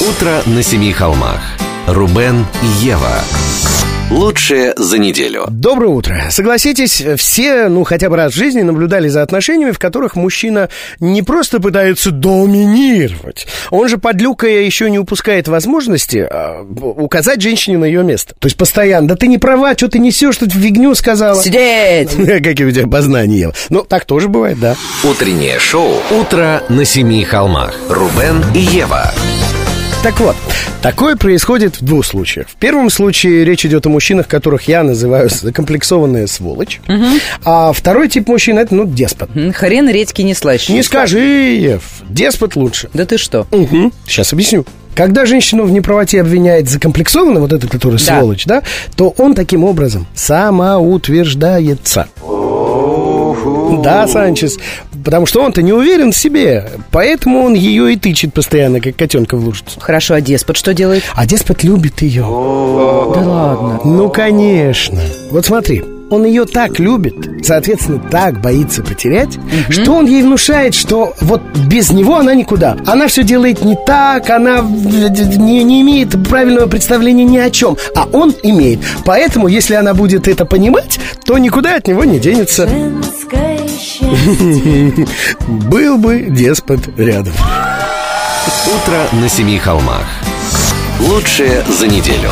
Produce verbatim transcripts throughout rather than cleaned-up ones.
Утро на семи холмах. Рубен и Ева. Лучшее за неделю. Доброе утро. Согласитесь, все, ну, хотя бы раз в жизни наблюдали за отношениями, в которых мужчина не просто пытается доминировать, он же, подлюкая, еще не упускает возможности а, указать женщине на ее место. То есть постоянно: да ты не права, что ты несешь, что ты фигню сказала. Сидеть! Какие у тебя познания, Ева. Ну, так тоже бывает, да. Утреннее шоу «Утро на семи холмах». Рубен и Ева. Так вот, такое происходит в двух случаях. В первом случае речь идет о мужчинах, которых я называю закомплексованная сволочь. Угу. А второй тип мужчин — это, ну, деспот. Хрен редьки не слаще. Не скажи, Ев, деспот лучше. Да ты что? Угу. Сейчас объясню. Когда женщину в неправоте обвиняет закомплексованный, вот этот, который да. сволочь, да, то он таким образом самоутверждается. Да, Санчес, потому что он-то не уверен в себе, поэтому он ее и тычет постоянно, как котенка в лужицу. Хорошо, а деспот что делает? А деспот любит ее. Да ладно. Ну, конечно. Вот смотри, он ее так любит, соответственно, так боится потерять, угу. что он ей внушает, что вот без него она никуда. Она все делает не так, она не, не имеет правильного представления ни о чем, а он имеет. Поэтому, если она будет это понимать, то никуда от него не денется. Был бы деспот рядом. Утро на семи холмах. Лучшее за неделю.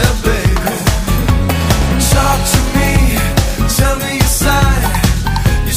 Tell me your sign. You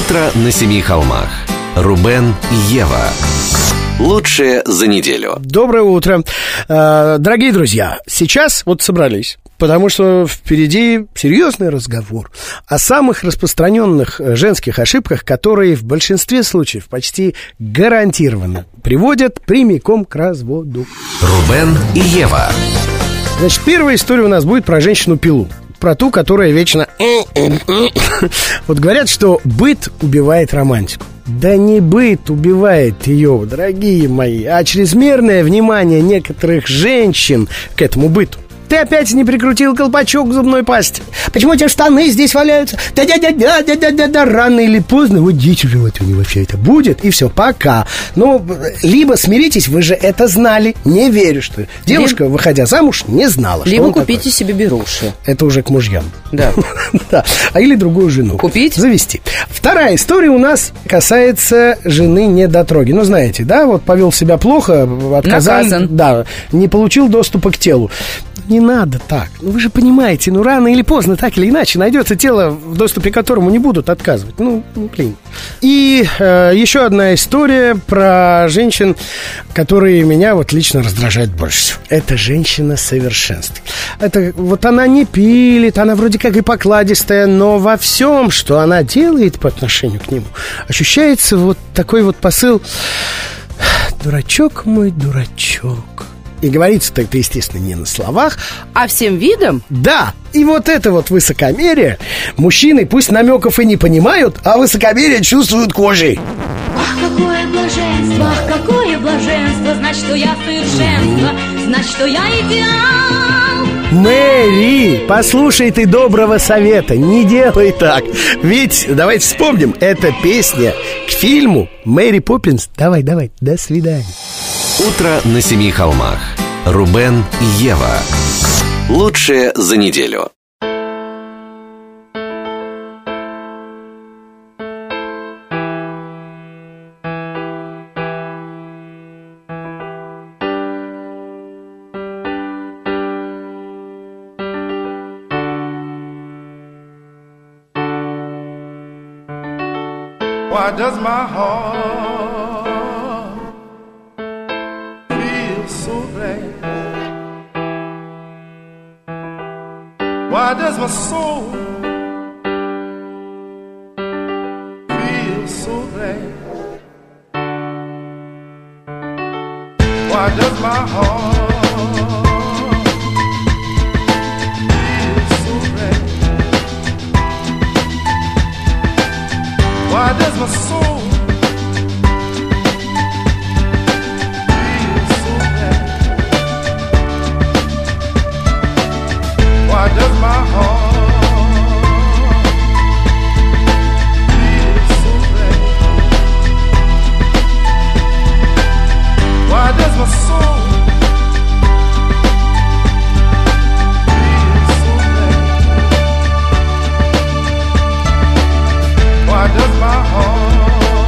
Утро на семи холмах. Рубен и Ева. Лучшее за неделю. Доброе утро. Дорогие друзья, сейчас вот собрались, потому что впереди серьезный разговор о самых распространенных женских ошибках, которые в большинстве случаев почти гарантированно приводят прямиком к разводу. Рубен и Ева. Значит, первая история у нас будет про женщину-пилу. Про ту, которая вечно... Вот говорят, что быт убивает романтику. Да не быт убивает ее, дорогие мои, а чрезмерное внимание некоторых женщин к этому быту. Ты опять не прикрутил колпачок в зубной пасте. Почему у тебя штаны здесь валяются? Да-да-да-да-да-да-да. Рано или поздно вот дети в животе у него вообще это будет. И все, пока. Ну, либо смиритесь, вы же это знали. Не верю, что девушка, Либо... выходя замуж, не знала, что Либо он купите такой. себе беруши. Это уже к мужьям. Да. Да. А или другую жену. Купить? Завести. Вторая история у нас касается жены недотроги. Ну, знаете, да, вот повел себя плохо, отказал. Наказан. Да, не получил доступа к телу. Не надо так. Ну, вы же понимаете, ну, рано или поздно, так или иначе, найдется тело, в доступе к которому не будут отказывать. Ну, блин. И э, еще одна история про женщин, которые меня вот лично раздражают больше всего. Это женщина совершенства. Это вот она не пилит, она вроде как и покладистая, но во всем, что она делает по отношению к нему, ощущается вот такой вот посыл: дурачок мой, дурачок. И говорится-то это, естественно, не на словах, а всем видом? Да, и вот это вот высокомерие мужчины пусть намеков и не понимают, а высокомерие чувствуют кожей. Ах, какое блаженство, ах, какое блаженство, знать, что я совершенство, знать, что я идеал. Мэри, послушай ты доброго совета, не делай так. Ведь, давайте вспомним, это песня к фильму «Мэри Поппинс». Давай, давай, до свидания. Утро на семи холмах. Рубен и Ева. Лучшее за неделю. Why does my heart feel so glad? Why does my soul feel so glad? Why does my heart feel so glad? Why does my soul feel so glad? Why does my heart feel so glad? Why does my soul feel so glad? Why does my heart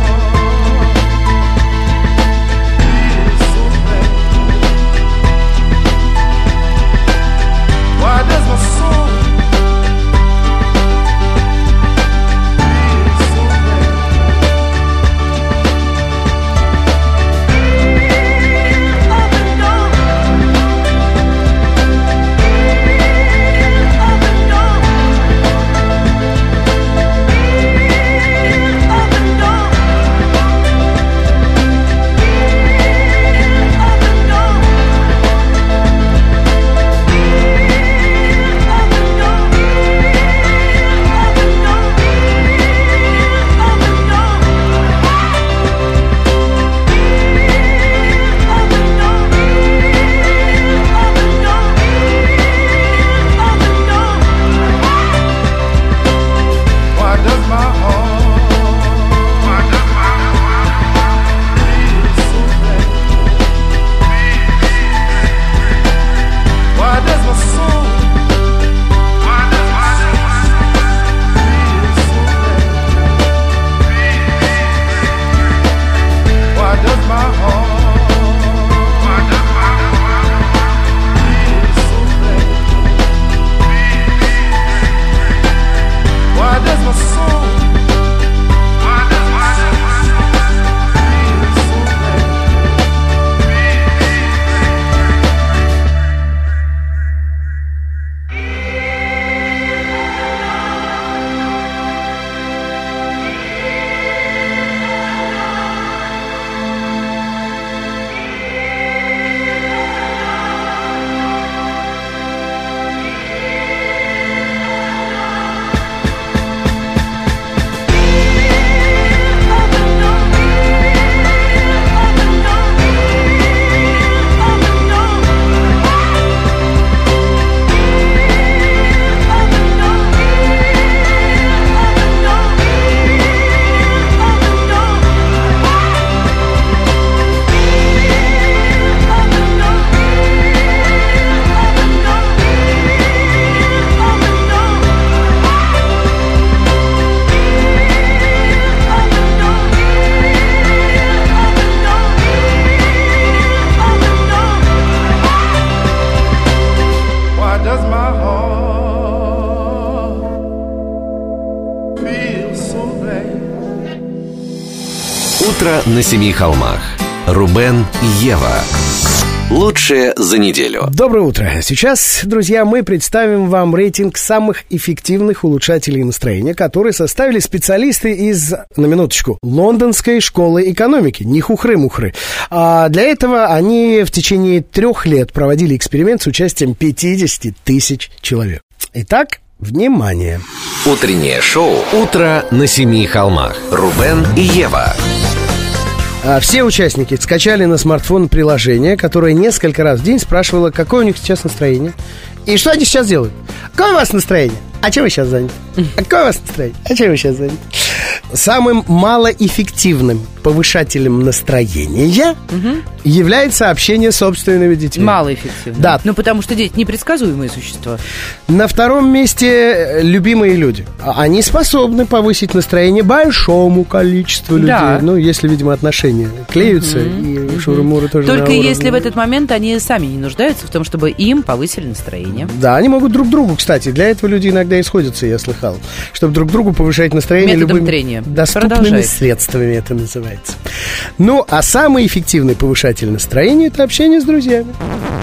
Утро на семи холмах. Рубен и Ева. Лучшее за неделю. Доброе утро. Сейчас, друзья, мы представим вам рейтинг самых эффективных улучшателей настроения, которые составили специалисты из, на минуточку, Лондонской школы экономики. Не хухры-мухры. А для этого они в течение трех лет проводили эксперимент с участием пятьдесят тысяч человек. Итак, внимание. Утреннее шоу «Утро на семи холмах». Рубен и Ева. Все участники скачали на смартфон приложение, которое несколько раз в день спрашивало, какое у них сейчас настроение. И что они сейчас делают? Какое у вас настроение? А чем вы сейчас заняты? А какое у вас настроение? А чем вы сейчас заняты? Самым малоэффективным повышателем настроения угу. является общение с собственными детьми. Малоэффективным? Да. Ну, потому что дети непредсказуемые существа. На втором месте любимые люди. Они способны повысить настроение большому количеству людей. Да. Ну, если, видимо, отношения клеются, угу. и угу. шуры-муры тоже. Только если в этот момент они сами не нуждаются в том, чтобы им повысили настроение. Да, они могут друг другу, кстати. Для этого люди иногда и сходятся, я слыхал. Чтобы друг другу повышать настроение методом любыми трения. Доступными Продолжай. средствами это называется. Ну, а самый эффективный повышатель настроения — это общение с друзьями.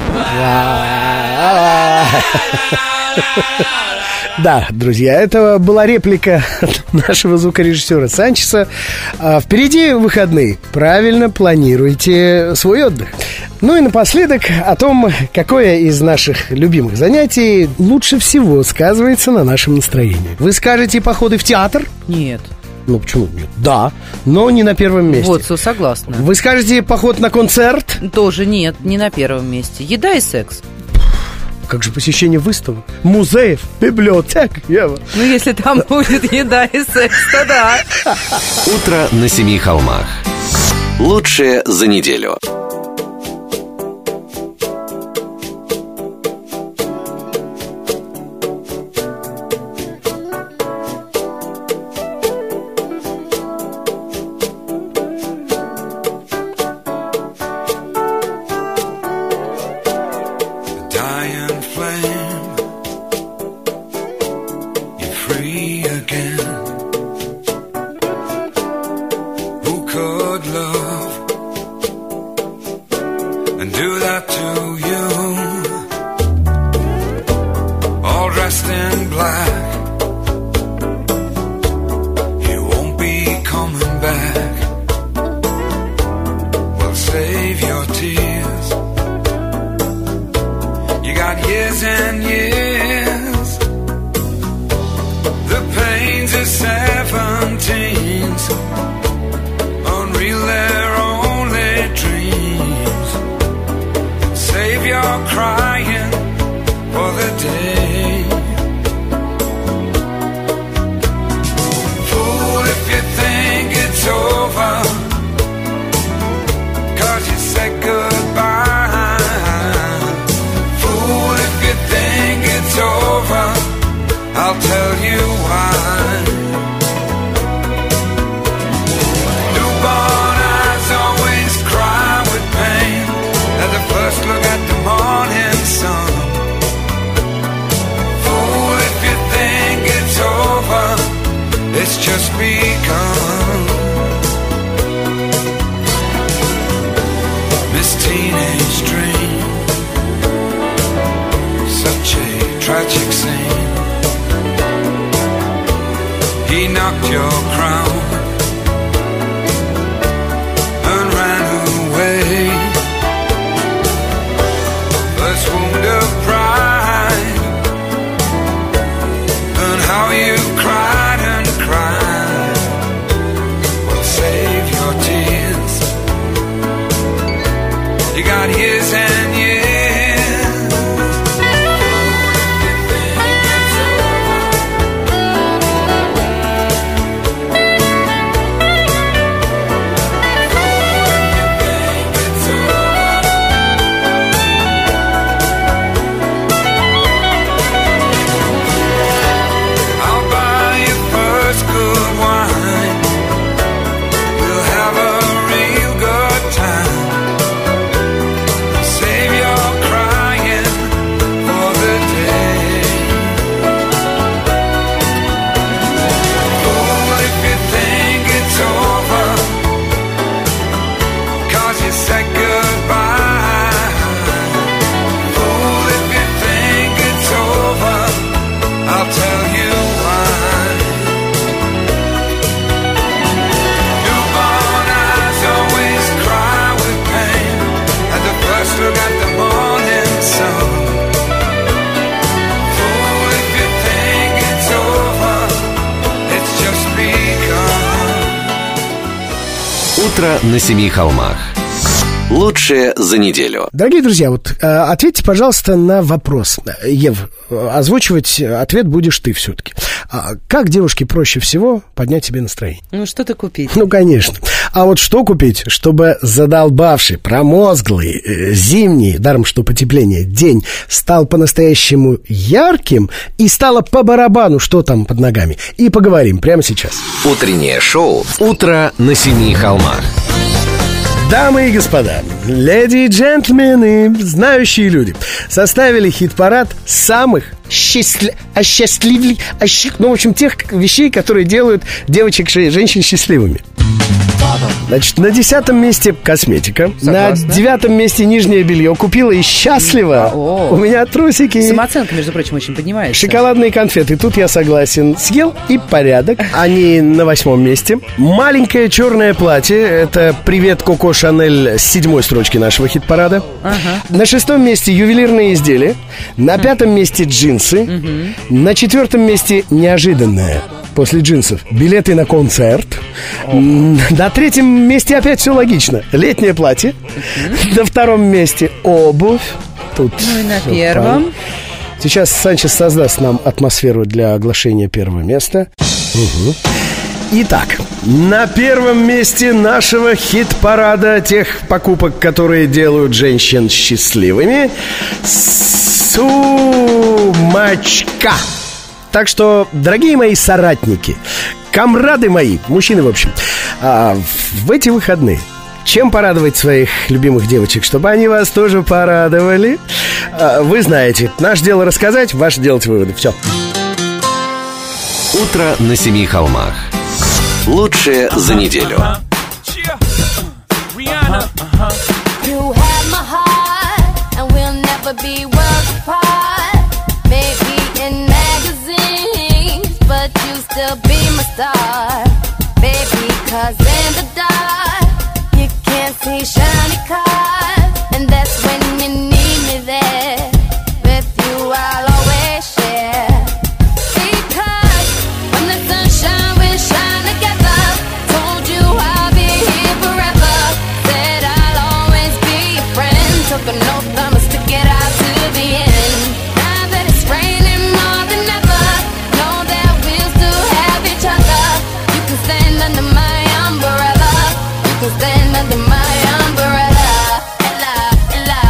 Да, друзья, это была реплика нашего звукорежиссера Санчеса. А впереди выходные. Правильно планируйте свой отдых. Ну и напоследок о том, какое из наших любимых занятий лучше всего сказывается на нашем настроении. Вы скажете походы в театр? Нет. Ну, почему нет? Да, но не на первом месте. Вот, согласна. Вы скажете поход на концерт? Тоже нет, не на первом месте. Еда и секс. Как же посещение выставок, музеев, библиотек, Ева? Ну, если там будет еда и секс, то да. Утро на семи холмах. Лучшее за неделю. said goodbye. Fool, if you think it's over, I'll tell you why. Newborn eyes always cry with pain at the first look at the morning sun. Fool, if you think it's over, it's just begun. Утро на семи холмах. Лучшее за неделю. Дорогие друзья, вот э, ответьте, пожалуйста, на вопрос. Ев, озвучивать ответ будешь ты все-таки. А как девушке проще всего поднять себе настроение? Ну, что-то купить. Ну, конечно. А вот что купить, чтобы задолбавший, промозглый, э, зимний, даром что потепление, день стал по-настоящему ярким и стало по барабану, что там под ногами? И поговорим прямо сейчас. Утреннее шоу «Утро на семи холмах». Дамы и господа, леди и джентльмены, знающие люди, составили хит-парад самых счастли... осчастливли... осчи... ну, в общем, тех вещей, которые делают девочек и женщин счастливыми. Значит, на десятом месте косметика. Согласна. На девятом месте нижнее белье. Купила и счастлива. О. У меня трусики. Самооценка, между прочим, очень поднимается. Шоколадные конфеты. Тут я согласен. Съел и порядок. Они на восьмом месте. Маленькое черное платье. Это привет Коко Шанель с седьмой строчки нашего хит-парада. Ага. На шестом месте ювелирные изделия. На пятом месте джинсы. На четвертом месте неожиданное. После джинсов билеты на концерт. На третьем месте опять все логично. Летнее платье. На втором месте обувь. Тут Ну и на всё первом. там. Сейчас Санчес создаст нам атмосферу для оглашения первого места. Угу. Итак, на первом месте нашего хит-парада тех покупок, которые делают женщин счастливыми, сумочка. Так что, дорогие мои соратники, камрады мои, мужчины, в общем, а, в эти выходные чем порадовать своих любимых девочек, чтобы они вас тоже порадовали? А, вы знаете, наше дело рассказать, ваше делать выводы. Все. Утро на семи холмах. Лучшее за неделю. You had my heart, and we'll never be worlds apart. Maybe in magazines, but you still be my star. Baby, 'cause in the dark, you can't see shiny cars. And that's when you need me there. With you I'll always share. Because when the sunshine will shine together, told you I'll be here forever. Said I'll always be your friend. Took an oath, I'ma stick it out to the end. Now that it's raining more than ever, know that we'll still have each other. You can stand under my umbrella. You can stand under my umbrella. Ella, Ella.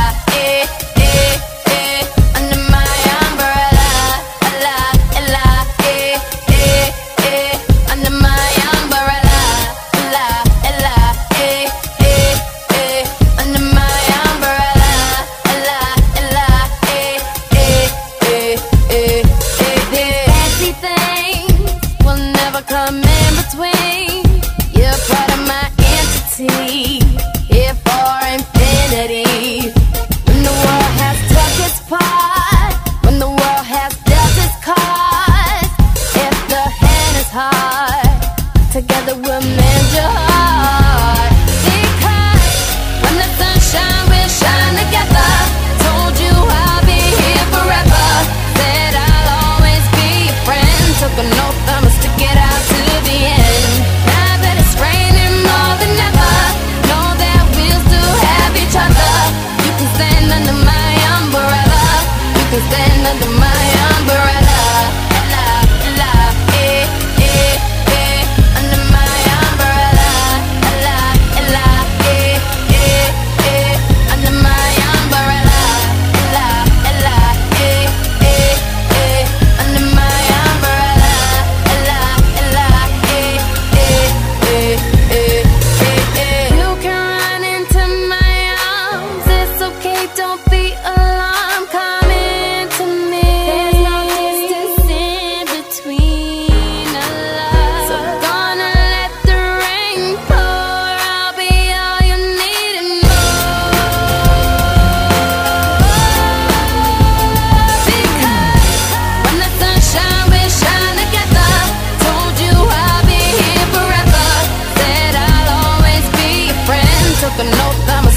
took a no time